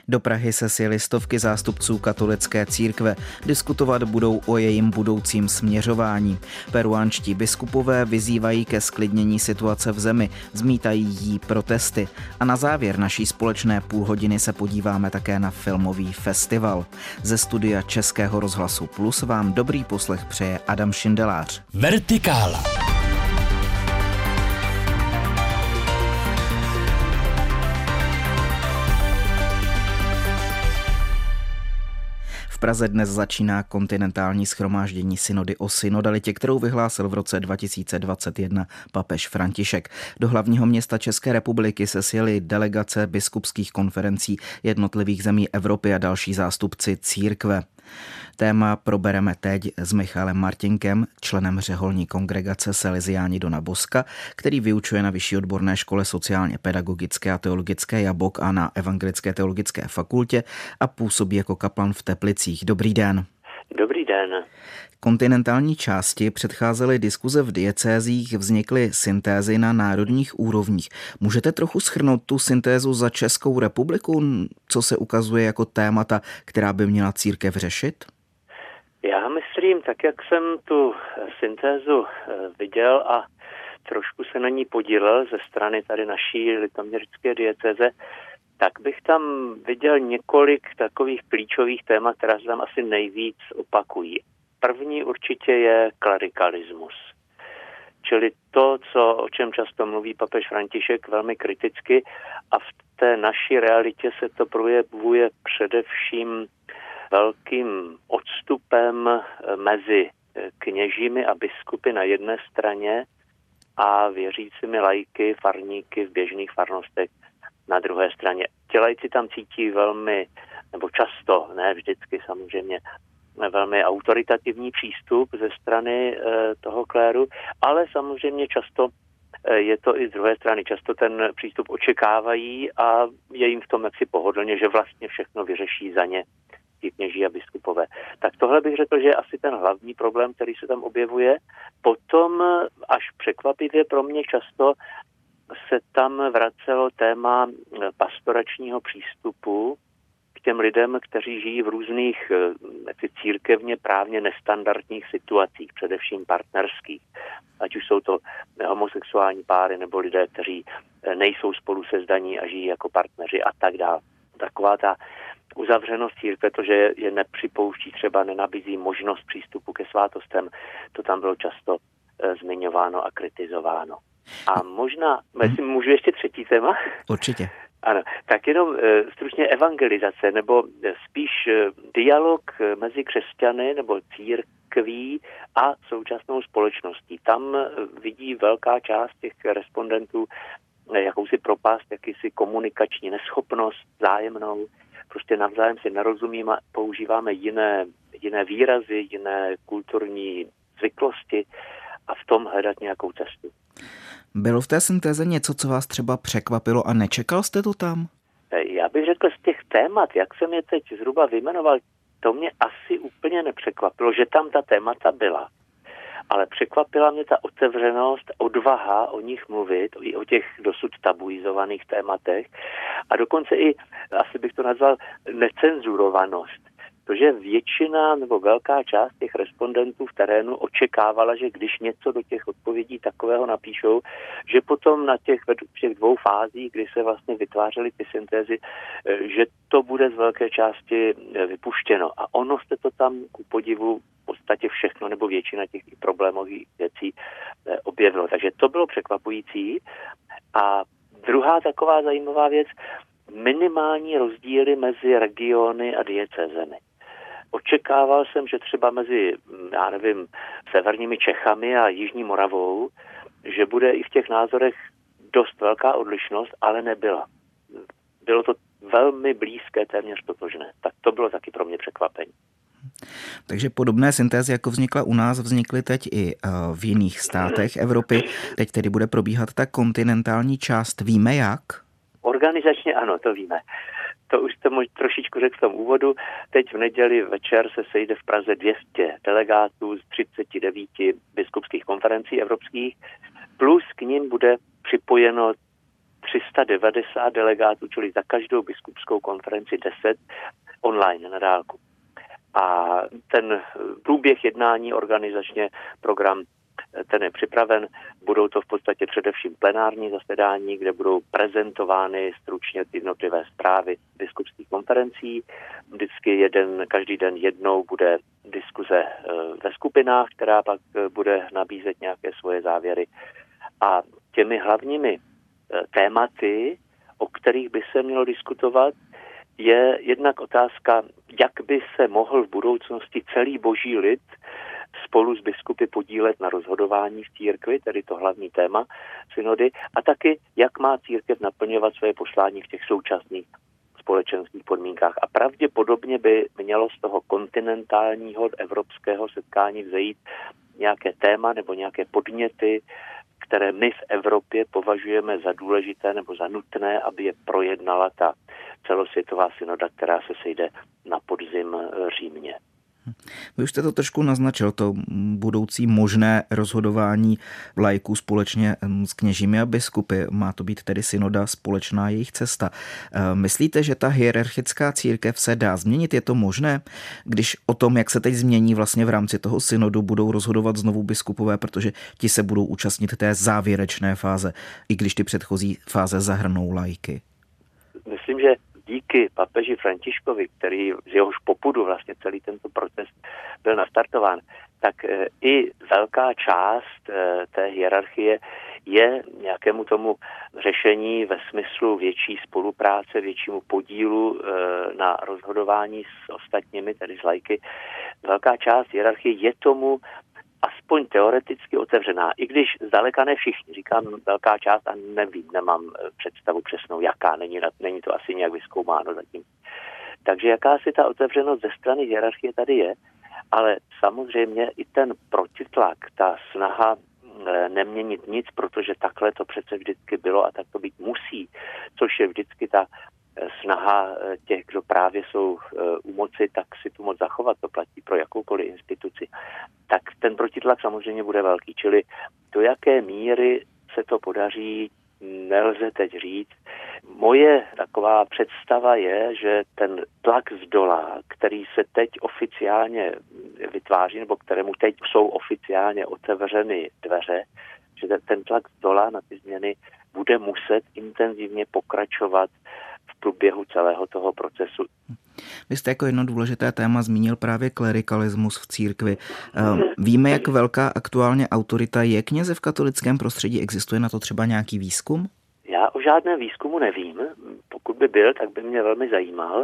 Do Prahy se sjeli stovky zástupců katolické církve. Diskutovat budou o jejím budoucím směřování. Peruánští biskupové vyzývají ke zklidnění situace v zemi, zmítají jí protesty. A na závěr naší společné půlhodiny se podíváme také na filmový festival. Ze studia Českého rozhlasu Plus vám dobrý poslech přeje Adam Šindelář. Vertikála. V Praze dnes začíná kontinentální shromáždění synody o synodalitě, kterou vyhlásil v roce 2021 papež František. Do hlavního města České republiky se sjeli delegace biskupských konferencí jednotlivých zemí Evropy a další zástupci církve. Téma probereme teď s Michalem Martinkem, členem řeholní kongregace Salesiáni Dona Bosca, který vyučuje na Vyšší odborné škole sociálně pedagogické a teologické Jabok a na Evangelické teologické fakultě a působí jako kaplan v Teplicích. Dobrý den. Dobrý den. Kontinentální části předcházely diskuze v diecézích, vznikly syntézy na národních úrovních. Můžete trochu shrnout tu syntézu za Českou republiku, co se ukazuje jako témata, která by měla církev řešit? Já myslím, tak jak jsem tu syntézu viděl a trošku se na ní podílel ze strany tady naší litoměřické diecéze, tak bych tam viděl několik takových klíčových témat, která se tam asi nejvíc opakují. První určitě je klerikalismus. Čili to, o čem často mluví papež František velmi kriticky, a v té naší realitě se to projevuje především velkým odstupem mezi kněžími a biskupy na jedné straně a věřícími laiky, farníky v běžných farnostech na druhé straně. Ti laici tam cítí velmi, nebo často, ne vždycky samozřejmě, velmi autoritativní přístup ze strany toho kléru, ale samozřejmě často je to i z druhé strany. Často ten přístup očekávají a je jim v tom jaksi pohodlně, že vlastně všechno vyřeší za ně ti kněží a biskupové. Tak tohle bych řekl, že je asi ten hlavní problém, který se tam objevuje. Potom až překvapivě pro mě často se tam vracelo téma pastoračního přístupu k těm lidem, kteří žijí v různých církevně právně nestandardních situacích, především partnerských. Ať už jsou to homosexuální páry nebo lidé, kteří nejsou spolu sezdaní a žijí jako partneři a tak dále. Taková ta uzavřenost církve, to, že je nepřipouští, třeba nenabízí možnost přístupu ke svátostem, to tam bylo často zmiňováno a kritizováno. A možná, jestli můžu ještě třetí téma? Určitě. Ano, tak jenom stručně evangelizace, nebo spíš dialog mezi křesťany nebo církví a současnou společností. Tam vidí velká část těch respondentů jakousi propast, jakýsi komunikační neschopnost vzájemnou. Prostě navzájem si nerozumíme, používáme jiné výrazy, jiné kulturní zvyklosti a v tom hledat nějakou cestu. Bylo v té syntéze něco, co vás třeba překvapilo a nečekal jste to tam? Já bych řekl z těch témat, jak jsem je teď zhruba vyjmenoval, to mě asi úplně nepřekvapilo, že tam ta témata byla. Ale překvapila mě ta otevřenost, odvaha o nich mluvit, i o těch dosud tabuizovaných tématech a dokonce i, asi bych to nazval, necenzurovanost. Protože většina nebo velká část těch respondentů v terénu očekávala, že když něco do těch odpovědí takového napíšou, že potom na těch dvou fázích, kdy se vlastně vytvářely ty syntézy, že to bude z velké části vypuštěno. A ono se to tam ku podivu v podstatě všechno nebo většina těch problémových věcí objevilo. Takže to bylo překvapující. A druhá taková zajímavá věc, minimální rozdíly mezi regiony a diecézemi. Očekával jsem, že třeba mezi, severními Čechami a Jižní Moravou, že bude i v těch názorech dost velká odlišnost, ale nebyla. Bylo to velmi blízké, téměř totožné. Tak to bylo taky pro mě překvapení. Takže podobné syntézy, jako vznikla u nás, vznikly teď i v jiných státech Evropy. Teď tedy bude probíhat ta kontinentální část. Víme jak? Organizačně ano, to víme. To už jsem trošičku řekl v tom úvodu. Teď v neděli večer se sejde v Praze 200 delegátů z 39 biskupských konferencí evropských, plus k nim bude připojeno 390 delegátů, čili za každou biskupskou konferenci 10 online na dálku. A ten průběh jednání organizačně program ten je připraven. Budou to v podstatě především plenární zasedání, kde budou prezentovány stručně jednotlivé zprávy biskupských konferencí. Vždycky každý den jednou bude diskuze ve skupinách, která pak bude nabízet nějaké svoje závěry. A těmi hlavními tématy, o kterých by se mělo diskutovat, je jednak otázka, jak by se mohl v budoucnosti celý boží lid spolu s biskupy podílet na rozhodování v církvi, tedy to hlavní téma synody, a taky, jak má církev naplňovat své poslání v těch současných společenských podmínkách. A pravděpodobně by mělo z toho kontinentálního evropského setkání vzejít nějaké téma nebo nějaké podněty, které my v Evropě považujeme za důležité nebo za nutné, aby je projednala ta celosvětová synoda, která se sejde na podzim Římě. Vy už jste to trošku naznačil, to budoucí možné rozhodování laiků společně s kněžími a biskupy. Má to být tedy synoda společná jejich cesta. Myslíte, že ta hierarchická církev se dá změnit? Je to možné, když o tom, jak se teď změní vlastně v rámci toho synodu, budou rozhodovat znovu biskupové, protože ti se budou účastnit té závěrečné fáze, i když ty předchozí fáze zahrnou laiky? Myslím, že díky papeži Františkovi, který z jehož popudu vlastně celý tento proces byl nastartován, tak i velká část té hierarchie je nějakému tomu řešení ve smyslu větší spolupráce, většímu podílu na rozhodování s ostatními, tedy s laiky. Velká část hierarchie je tomu aspoň teoreticky otevřená, i když zdaleka ne všichni. Říkám velká část a nevím, nemám představu přesnou, jaká, není to asi nějak vyzkoumáno zatím. Takže jakási ta otevřenost ze strany hierarchie tady je, ale samozřejmě i ten protitlak, ta snaha neměnit nic, protože takhle to přece vždycky bylo a tak to být musí, což je vždycky ta snaha těch, kdo právě jsou u moci, tak si tu moc zachovat, to platí pro jakoukoliv instituci. Tak ten protitlak samozřejmě bude velký, čili do jaké míry se to podaří, nelze teď říct. Moje taková představa je, že ten tlak zdola, který se teď oficiálně vytváří, nebo kterému teď jsou oficiálně otevřeny dveře, že ten tlak zdola na ty změny bude muset intenzivně pokračovat v průběhu celého toho procesu. Vy jste jako jedno důležité téma zmínil právě klerikalismus v církvi. Víme, jak velká aktuálně autorita je kněze v katolickém prostředí? Existuje na to třeba nějaký výzkum? Já o žádném výzkumu nevím. Pokud by byl, tak by mě velmi zajímal.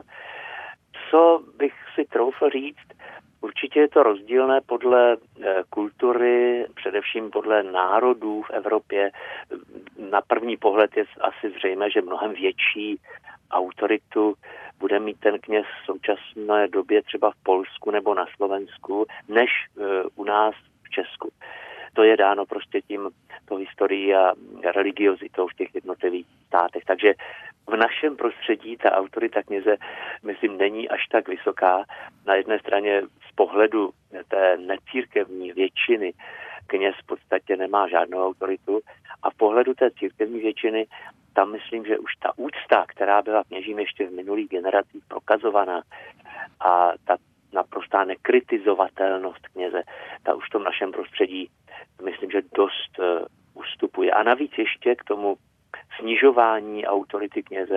Co bych si troufl říct, určitě je to rozdílné podle kultury, především podle národů v Evropě. Na první pohled je asi zřejmé, že mnohem větší autoritu bude mít ten kněz v současné době třeba v Polsku nebo na Slovensku, než u nás v Česku. To je dáno prostě tím, to historií a religiozitou v těch jednotlivých státech. Takže v našem prostředí ta autorita kněze, myslím, není až tak vysoká. Na jedné straně z pohledu té necírkevní většiny kněz v podstatě nemá žádnou autoritu a v pohledu té církevní většiny tam myslím, že už ta úcta, která byla kněžím ještě v minulých generacích prokazovaná a ta naprostá nekritizovatelnost kněze, ta už v tom našem prostředí myslím, že dost ustupuje. A navíc ještě k tomu snižování autority kněze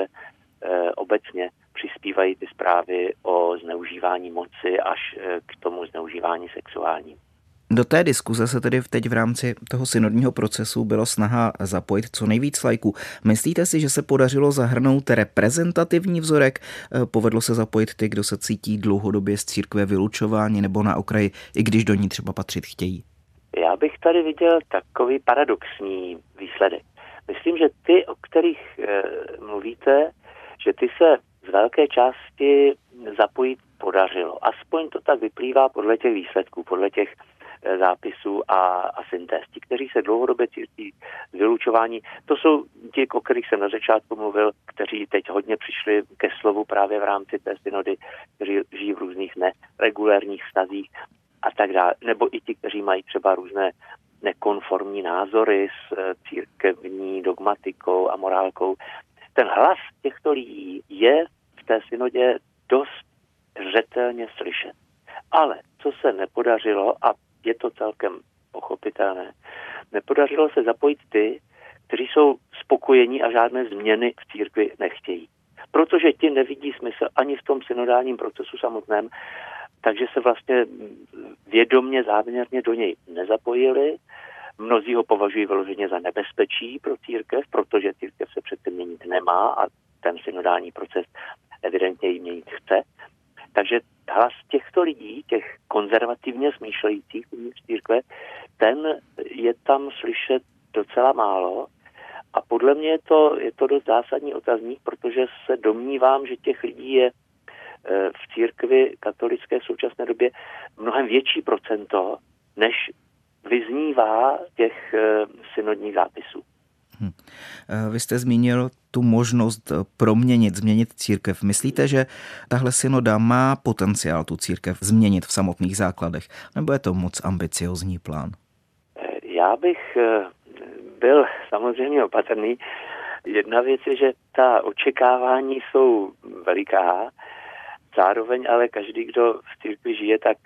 obecně přispívají ty zprávy o zneužívání moci až k tomu zneužívání sexuálnímu. Do té diskuze se tedy teď v rámci toho synodního procesu bylo snaha zapojit co nejvíc laiků. Myslíte si, že se podařilo zahrnout reprezentativní vzorek? Povedlo se zapojit ty, kdo se cítí dlouhodobě z církve vylučováni nebo na okraji, i když do ní třeba patřit chtějí? Já bych tady viděl takový paradoxní výsledek. Myslím, že ty, o kterých mluvíte, že ty se z velké části zapojit podařilo. Aspoň to tak vyplývá podle těch výsledků, podle těch zápisů a syntéz. Ti, kteří se dlouhodobě cítí z vylučování, to jsou ti, o kterých jsem na začátku mluvil, kteří teď hodně přišli ke slovu právě v rámci té synody, kteří žijí v různých neregulérních vztazích a tak dále. Nebo i ti, kteří mají třeba různé nekonformní názory s církevní dogmatikou a morálkou. Ten hlas těchto lidí je v té synodě dost zřetelně slyšet. Ale co se nepodařilo, a je to celkem pochopitelné, nepodařilo se zapojit ty, kteří jsou spokojení a žádné změny v církvi nechtějí. Protože ti nevidí smysl ani v tom synodálním procesu samotném, takže se vlastně vědomně, záměrně do něj nezapojili. Mnozí ho považují vyloženě za nebezpečí pro církev, protože církev se přece měnit nemá a ten synodální proces evidentně ji měnit chce. Takže hlas těchto lidí, těch konzervativně smýšlejících uvnitř církve, ten je tam slyšet docela málo. A podle mě je to dost zásadní otazník, protože se domnívám, že těch lidí je v církvi katolické v současné době mnohem větší procento, než vyznívá těch synodních zápisů. Vy jste zmínil tu možnost změnit církev. Myslíte, že tahle synoda má potenciál tu církev změnit v samotných základech? Nebo je to moc ambiciozní plán? Já bych byl samozřejmě opatrný. Jedna věc je, že ta očekávání jsou veliká, zároveň ale každý, kdo v církvi žije, tak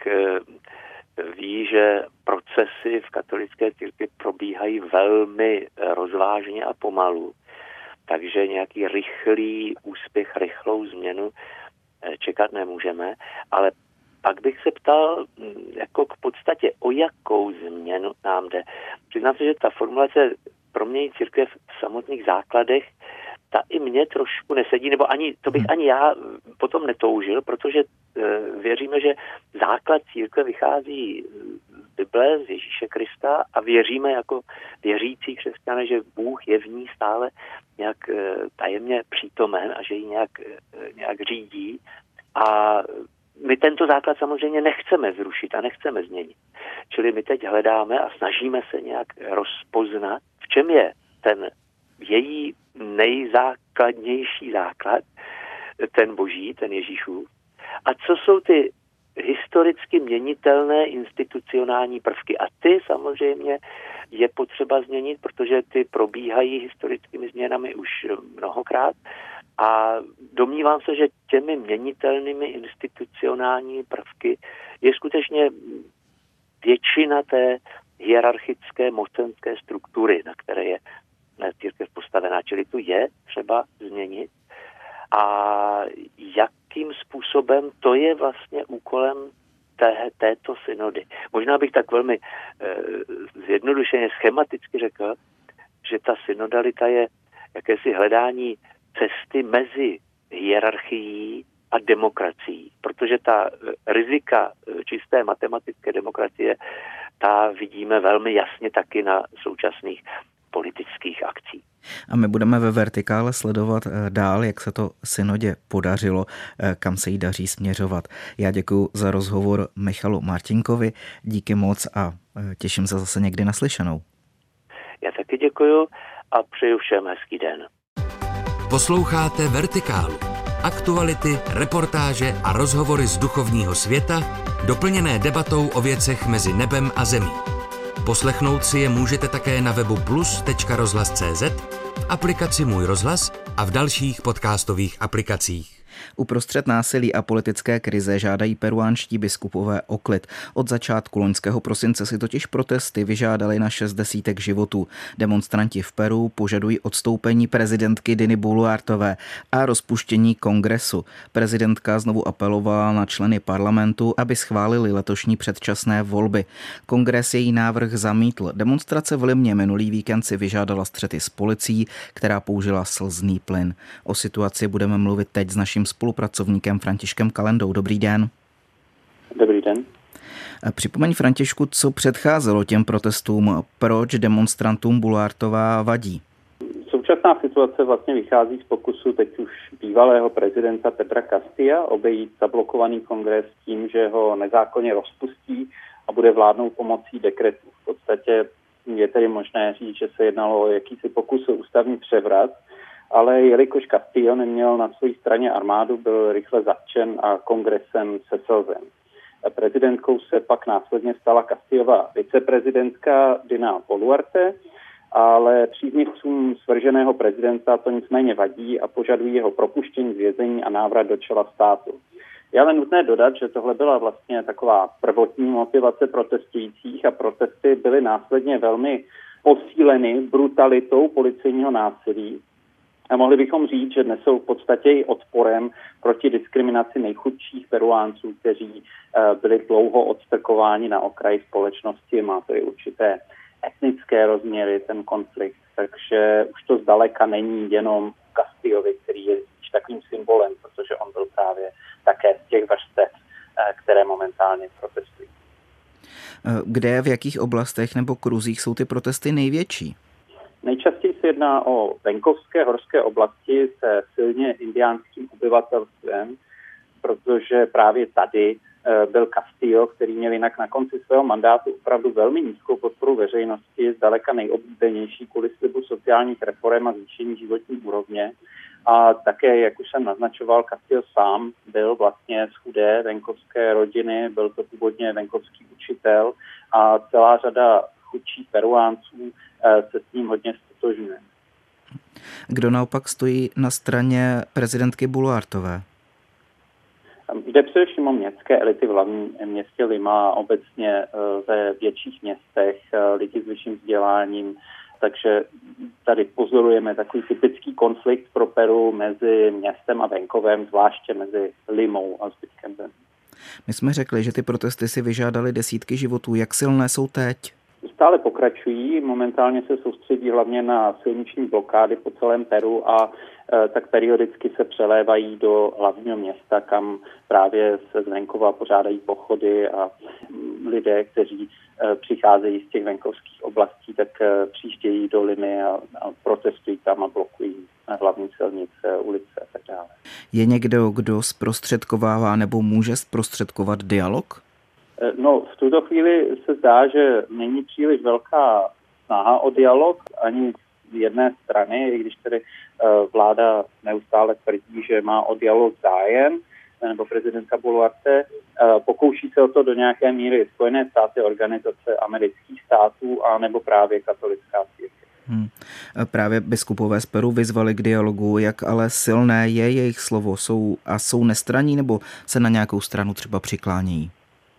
ví, že procesy v katolické církvi probíhají velmi rozvážně a pomalu. Takže nějaký rychlý úspěch, rychlou změnu čekat nemůžeme, ale pak bych se ptal jako k podstatě, o jakou změnu nám jde. Přiznám se, že ta formulace proměnit církev v samotných základech, ta i mě trošku nesedí, nebo to bych ani já potom netoužil, protože věříme, že základ církve vychází z Bible, z Ježíše Krista a věříme jako věřící křesťané, že Bůh je v ní stále nějak tajemně přítomen a že ji nějak řídí. A my tento základ samozřejmě nechceme zrušit a nechceme změnit. Čili my teď hledáme a snažíme se nějak rozpoznat, v čem je ten její nejzákladnější základ, ten boží, ten Ježíšův. A co jsou ty historicky měnitelné institucionální prvky. A ty samozřejmě je potřeba změnit, protože ty probíhají historickými změnami už mnohokrát. A domnívám se, že těmi měnitelnými institucionální prvky je skutečně většina té hierarchické mocenské struktury, na které je církev postavená. Čili tu je třeba změnit. A jakým způsobem, to je vlastně úkolem této synody. Možná bych tak velmi zjednodušeně, schematicky řekl, že ta synodalita je jakési hledání cesty mezi hierarchií a demokracií. Protože ta rizika čisté matematické demokracie, ta vidíme velmi jasně taky na současných politických akcích. A my budeme ve Vertikále sledovat dál, jak se to synodě podařilo, kam se jí daří směřovat. Já děkuji za rozhovor Michalu Martinkovi, díky moc a těším se zase někdy naslyšenou. Já taky děkuji a přeju všem hezký den. Posloucháte Vertikálu. Aktuality, reportáže a rozhovory z duchovního světa, doplněné debatou o věcech mezi nebem a zemí. Poslechnout si je můžete také na webu plus.rozhlas.cz, v aplikaci Můj rozhlas a v dalších podcastových aplikacích. Uprostřed násilí a politické krize žádají peruánští biskupové o klid. Od začátku loňského prosince si totiž protesty vyžádali na 6 desítek životů. Demonstranti v Peru požadují odstoupení prezidentky Diny Boluartové a rozpuštění kongresu. Prezidentka znovu apelovala na členy parlamentu, aby schválili letošní předčasné volby. Kongres její návrh zamítl. Demonstrace v Limě minulý víkend si vyžádala střety s policií, která použila slzný plyn. O situaci budeme mluvit teď s naším spolupracovníkem Františkem Kalendou. Dobrý den. Dobrý den. Připomeň, Františku, co předcházelo těm protestům, proč demonstrantům Boluartová vadí? Současná situace vlastně vychází z pokusu teď už bývalého prezidenta Pedra Castilla obejít zablokovaný kongres tím, že ho nezákonně rozpustí a bude vládnout pomocí dekretů. V podstatě je tedy možné říct, že se jednalo o jakýsi pokus o ústavní převrat, ale jelikož Castillo neměl na své straně armádu, byl rychle zatčen a kongresem sesazen. Prezidentkou se pak následně stala Castillová viceprezidentka Dina Boluarte, ale příznivcům svrženého prezidenta to nicméně vadí a požadují jeho propuštění z vězení a návrat do čela státu. Je ale nutné dodat, že tohle byla vlastně taková prvotní motivace protestujících a protesty byly následně velmi posíleny brutalitou policejního násilí. A mohli bychom říct, že dnes jsou v podstatě i odporem proti diskriminaci nejchudších Peruánců, kteří byli dlouho odstrkováni na okraji společnosti. Má to i určité etnické rozměry, ten konflikt. Takže už to zdaleka není jenom Castillovi, který je takovým symbolem, protože on byl právě také z těch vrstev, které momentálně protestují. Kde, v jakých oblastech nebo kruzích jsou ty protesty největší? Nejčastěji se jedná o venkovské horské oblasti se silně indiánským obyvatelstvem, protože právě tady byl Castillo, který měl jinak na konci svého mandátu opravdu velmi nízkou podporu veřejnosti, zdaleka nejoblíbenější kvůli slibu sociálních reforem a zvýšení životní úrovně. A také, jak už jsem naznačoval, Castillo sám byl vlastně z chudé venkovské rodiny, byl to původně venkovský učitel a celá řada chudších Peruánců se s ním hodně ztotožňuje. Kdo naopak stojí na straně prezidentky Boluartové? Jde především o městské elity v hlavním městě Lima a obecně ve větších městech, lidi s vyšším vzděláním. Takže tady pozorujeme takový typický konflikt pro Peru mezi městem a venkovem, zvláště mezi Limou a zbytkem země. My jsme řekli, že ty protesty si vyžádaly desítky životů. Jak silné jsou teď? Stále pokračují, momentálně se soustředí hlavně na silniční blokády po celém Peru a tak periodicky se přelévají do hlavního města, kam právě se z venkova pořádají pochody a lidé, kteří přicházejí z těch venkovských oblastí, tak přijíždějí do Limy a protestují tam a blokují hlavní silnice, ulice a tak dále. Je někdo, kdo zprostředkovává nebo může zprostředkovat dialog? No, v tuto chvíli se zdá, že není příliš velká snaha o dialog ani z jedné strany, i když tedy vláda neustále tvrdí, že má o dialog zájem, nebo prezidentka Boluarte, pokouší se o to do nějaké míry Spojené státy, organizace amerických států a nebo právě katolická církev. Právě biskupové z Peru vyzvali k dialogu, jak ale silné je jejich slovo? Jsou nestranní nebo se na nějakou stranu třeba přiklánějí?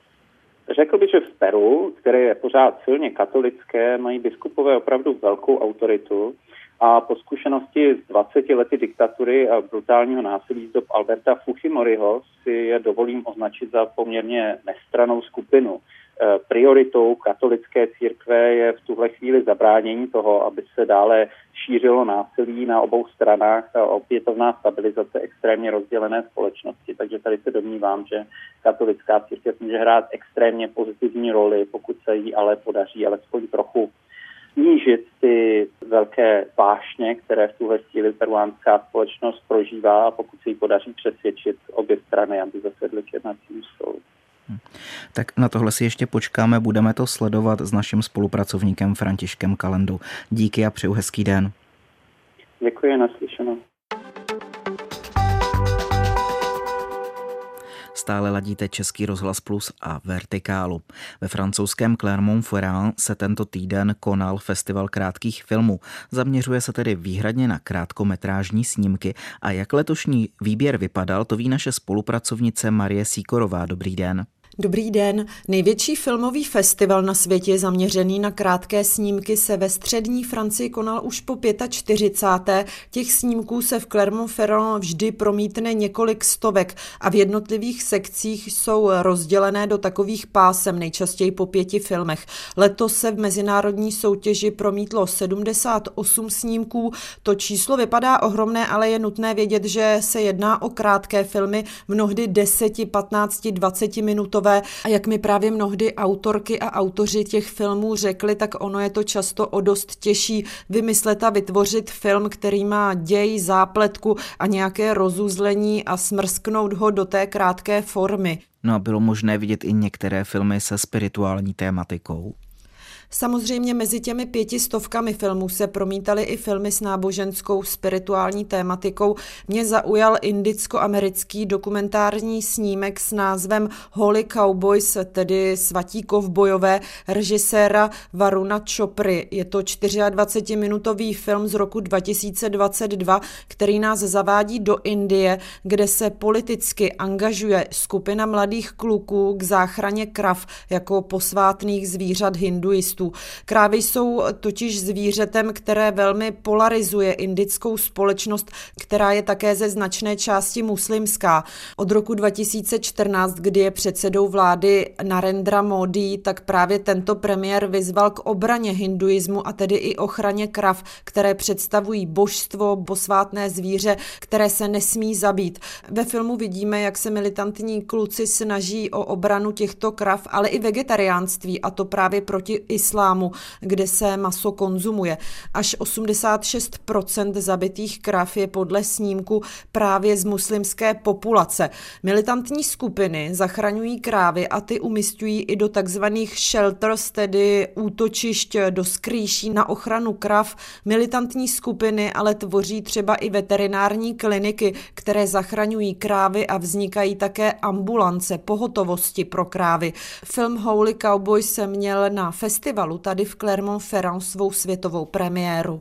Řekl bych, že v Peru, které je pořád silně katolické, mají biskupové opravdu velkou autoritu a po zkušenosti z 20 lety diktatury a brutálního násilí z dob Alberta Fujimoriho si je dovolím označit za poměrně nestrannou skupinu. Prioritou katolické církve je v tuhle chvíli zabránění toho, aby se dále šířilo násilí na obou stranách a opětovná stabilizace extrémně rozdělené společnosti. Takže tady se domnívám, že katolická církev může hrát extrémně pozitivní roli, pokud se jí ale podaří alespoň trochu snížit ty velké vášně, které v tuhle chvíli peruánská společnost prožívá, a pokud se jí podaří přesvědčit obě strany, aby zasedly k jednacímu stolu. Tak na tohle si ještě počkáme, budeme to sledovat s naším spolupracovníkem Františkem Kalendou. Díky a přeju hezký den. Děkuji, naslyšenou. Stále ladíte Český rozhlas Plus a Vertikálu. Ve francouzském Clermont-Ferrand se tento týden konal festival krátkých filmů. Zaměřuje se tedy výhradně na krátkometrážní snímky a jak letošní výběr vypadal, to ví naše spolupracovnice Marie Sýkorová. Dobrý den. Dobrý den. Největší filmový festival na světě zaměřený na krátké snímky se ve střední Francii konal už po 45. Těch snímků se v Clermont-Ferrand vždy promítne několik stovek a v jednotlivých sekcích jsou rozdělené do takových pásem, nejčastěji po 5 filmech. Letos se v mezinárodní soutěži promítlo 78 snímků. To číslo vypadá ohromné, ale je nutné vědět, že se jedná o krátké filmy, mnohdy 10, 15, 20 minutové. A jak mi právě mnohdy autorky a autoři těch filmů řekli, tak ono je to často o dost těžší vymyslet a vytvořit film, který má děj, zápletku a nějaké rozuzlení a smrsknout ho do té krátké formy. No a bylo možné vidět i některé filmy se spirituální tématikou? Samozřejmě mezi těmi 500 filmů se promítaly i filmy s náboženskou spirituální tématikou. Mě zaujal indicko-americký dokumentární snímek s názvem Holy Cowboys, tedy Svatí kovbojové, režiséra Varuna Chopry. Je to 24-minutový film z roku 2022, který nás zavádí do Indie, kde se politicky angažuje skupina mladých kluků k záchraně krav jako posvátných zvířat hinduistů. Krávy jsou totiž zvířetem, které velmi polarizuje indickou společnost, která je také ze značné části muslimská. Od roku 2014, kdy je předsedou vlády Narendra Modi, tak právě tento premiér vyzval k obraně hinduismu a tedy i ochraně krav, které představují božstvo, posvátné zvíře, které se nesmí zabít. Ve filmu vidíme, jak se militantní kluci snaží o obranu těchto krav, ale i vegetariánství, a to právě proti islámu, kde se maso konzumuje. Až 86% zabitých krav je podle snímku právě z muslimské populace. Militantní skupiny zachraňují krávy a ty umisťují i do takzvaných shelters, tedy útočišť, do skrýší na ochranu krav. Militantní skupiny ale tvoří třeba i veterinární kliniky, které zachraňují krávy, a vznikají také ambulance pohotovosti pro krávy. Film Holy Cowboys se měl na festivalu tady v Clermont-Ferrand svou světovou premiéru.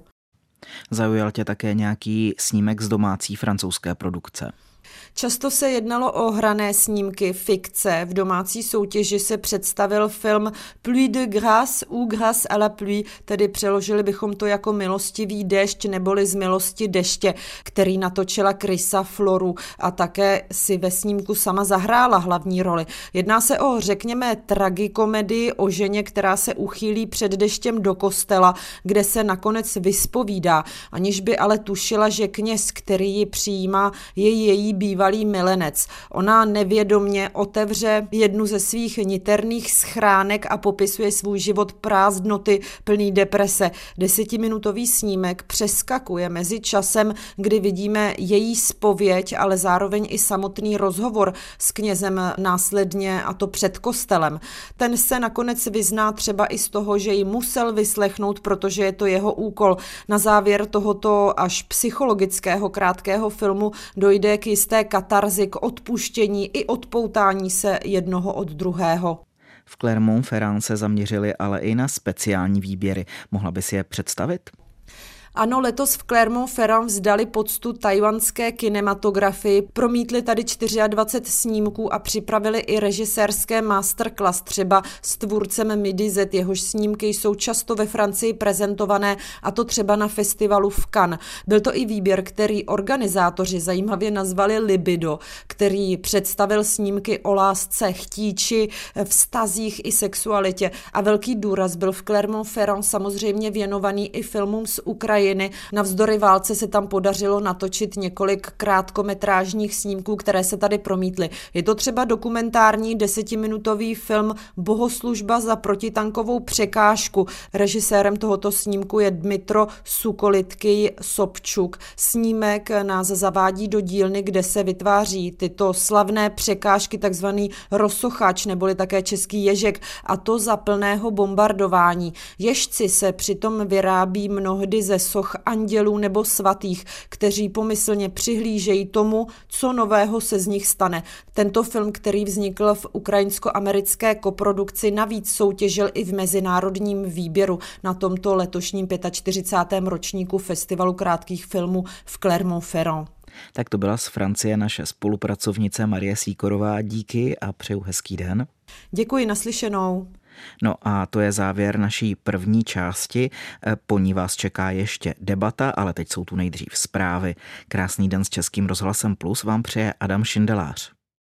Zaujal tě také nějaký snímek z domácí francouzské produkce? Často se jednalo o hrané snímky, fikce. V domácí soutěži se představil film Pluie de grâce ou grâce à la pluie, tedy přeložili bychom to jako milostivý déšť neboli z milosti deště, který natočila Chrisa Floru a také si ve snímku sama zahrála hlavní roli. Jedná se o, řekněme, tragikomedii o ženě, která se uchýlí před deštěm do kostela, kde se nakonec vyspovídá, aniž by ale tušila, že kněz, který ji přijímá, je její bývalý milenec. Ona nevědomně otevře jednu ze svých niterných schránek a popisuje svůj život prázdnoty, plný deprese. 10minutový snímek přeskakuje mezi časem, kdy vidíme její zpověď, ale zároveň i samotný rozhovor s knězem následně, a to před kostelem. Ten se nakonec vyzná třeba i z toho, že ji musel vyslechnout, protože je to jeho úkol. Na závěr tohoto až psychologického krátkého filmu dojde k jisté katarzi, k odpuštění i odpoutání se jednoho od druhého. V Clermont-Ferrand se zaměřili ale i na speciální výběry. Mohla bys je představit? Ano, letos v Clermont-Ferrand vzdali poctu tajwanské kinematografii, promítli tady 24 snímků a připravili i režisérské masterclass, třeba s tvůrcem Midi Z, jehož snímky jsou často ve Francii prezentované, a to třeba na festivalu v Cannes. Byl to i výběr, který organizátoři zajímavě nazvali Libido, který představil snímky o lásce, chtíči, vztazích i sexualitě, a velký důraz byl v Clermont-Ferrand samozřejmě věnovaný i filmům z Ukrajiny. Navzdory válce se tam podařilo natočit několik krátkometrážních snímků, které se tady promítly. Je to třeba dokumentární 10minutový film Bohoslužba za protitankovou překážku. Režisérem tohoto snímku je Dmitro Sukolitky Sobčuk. Snímek nás zavádí do dílny, kde se vytváří tyto slavné překážky, takzvaný rozsochač neboli také český ježek, a to za plného bombardování. Ježci se přitom vyrábí mnohdy ze soch andělů nebo svatých, kteří pomyslně přihlížejí tomu, co nového se z nich stane. Tento film, který vznikl v ukrajinsko-americké koprodukci, navíc soutěžil i v mezinárodním výběru na tomto letošním 45. ročníku Festivalu krátkých filmů v Clermont-Ferrand. Tak to byla z Francie naše spolupracovnice Marie Sýkorová. Díky a přeju hezký den. Děkuji, naslyšenou. No a to je závěr naší první části. Po ní vás čeká ještě debata, ale teď jsou tu nejdřív zprávy. Krásný den s Českým rozhlasem Plus vám přeje Adam Šindelář.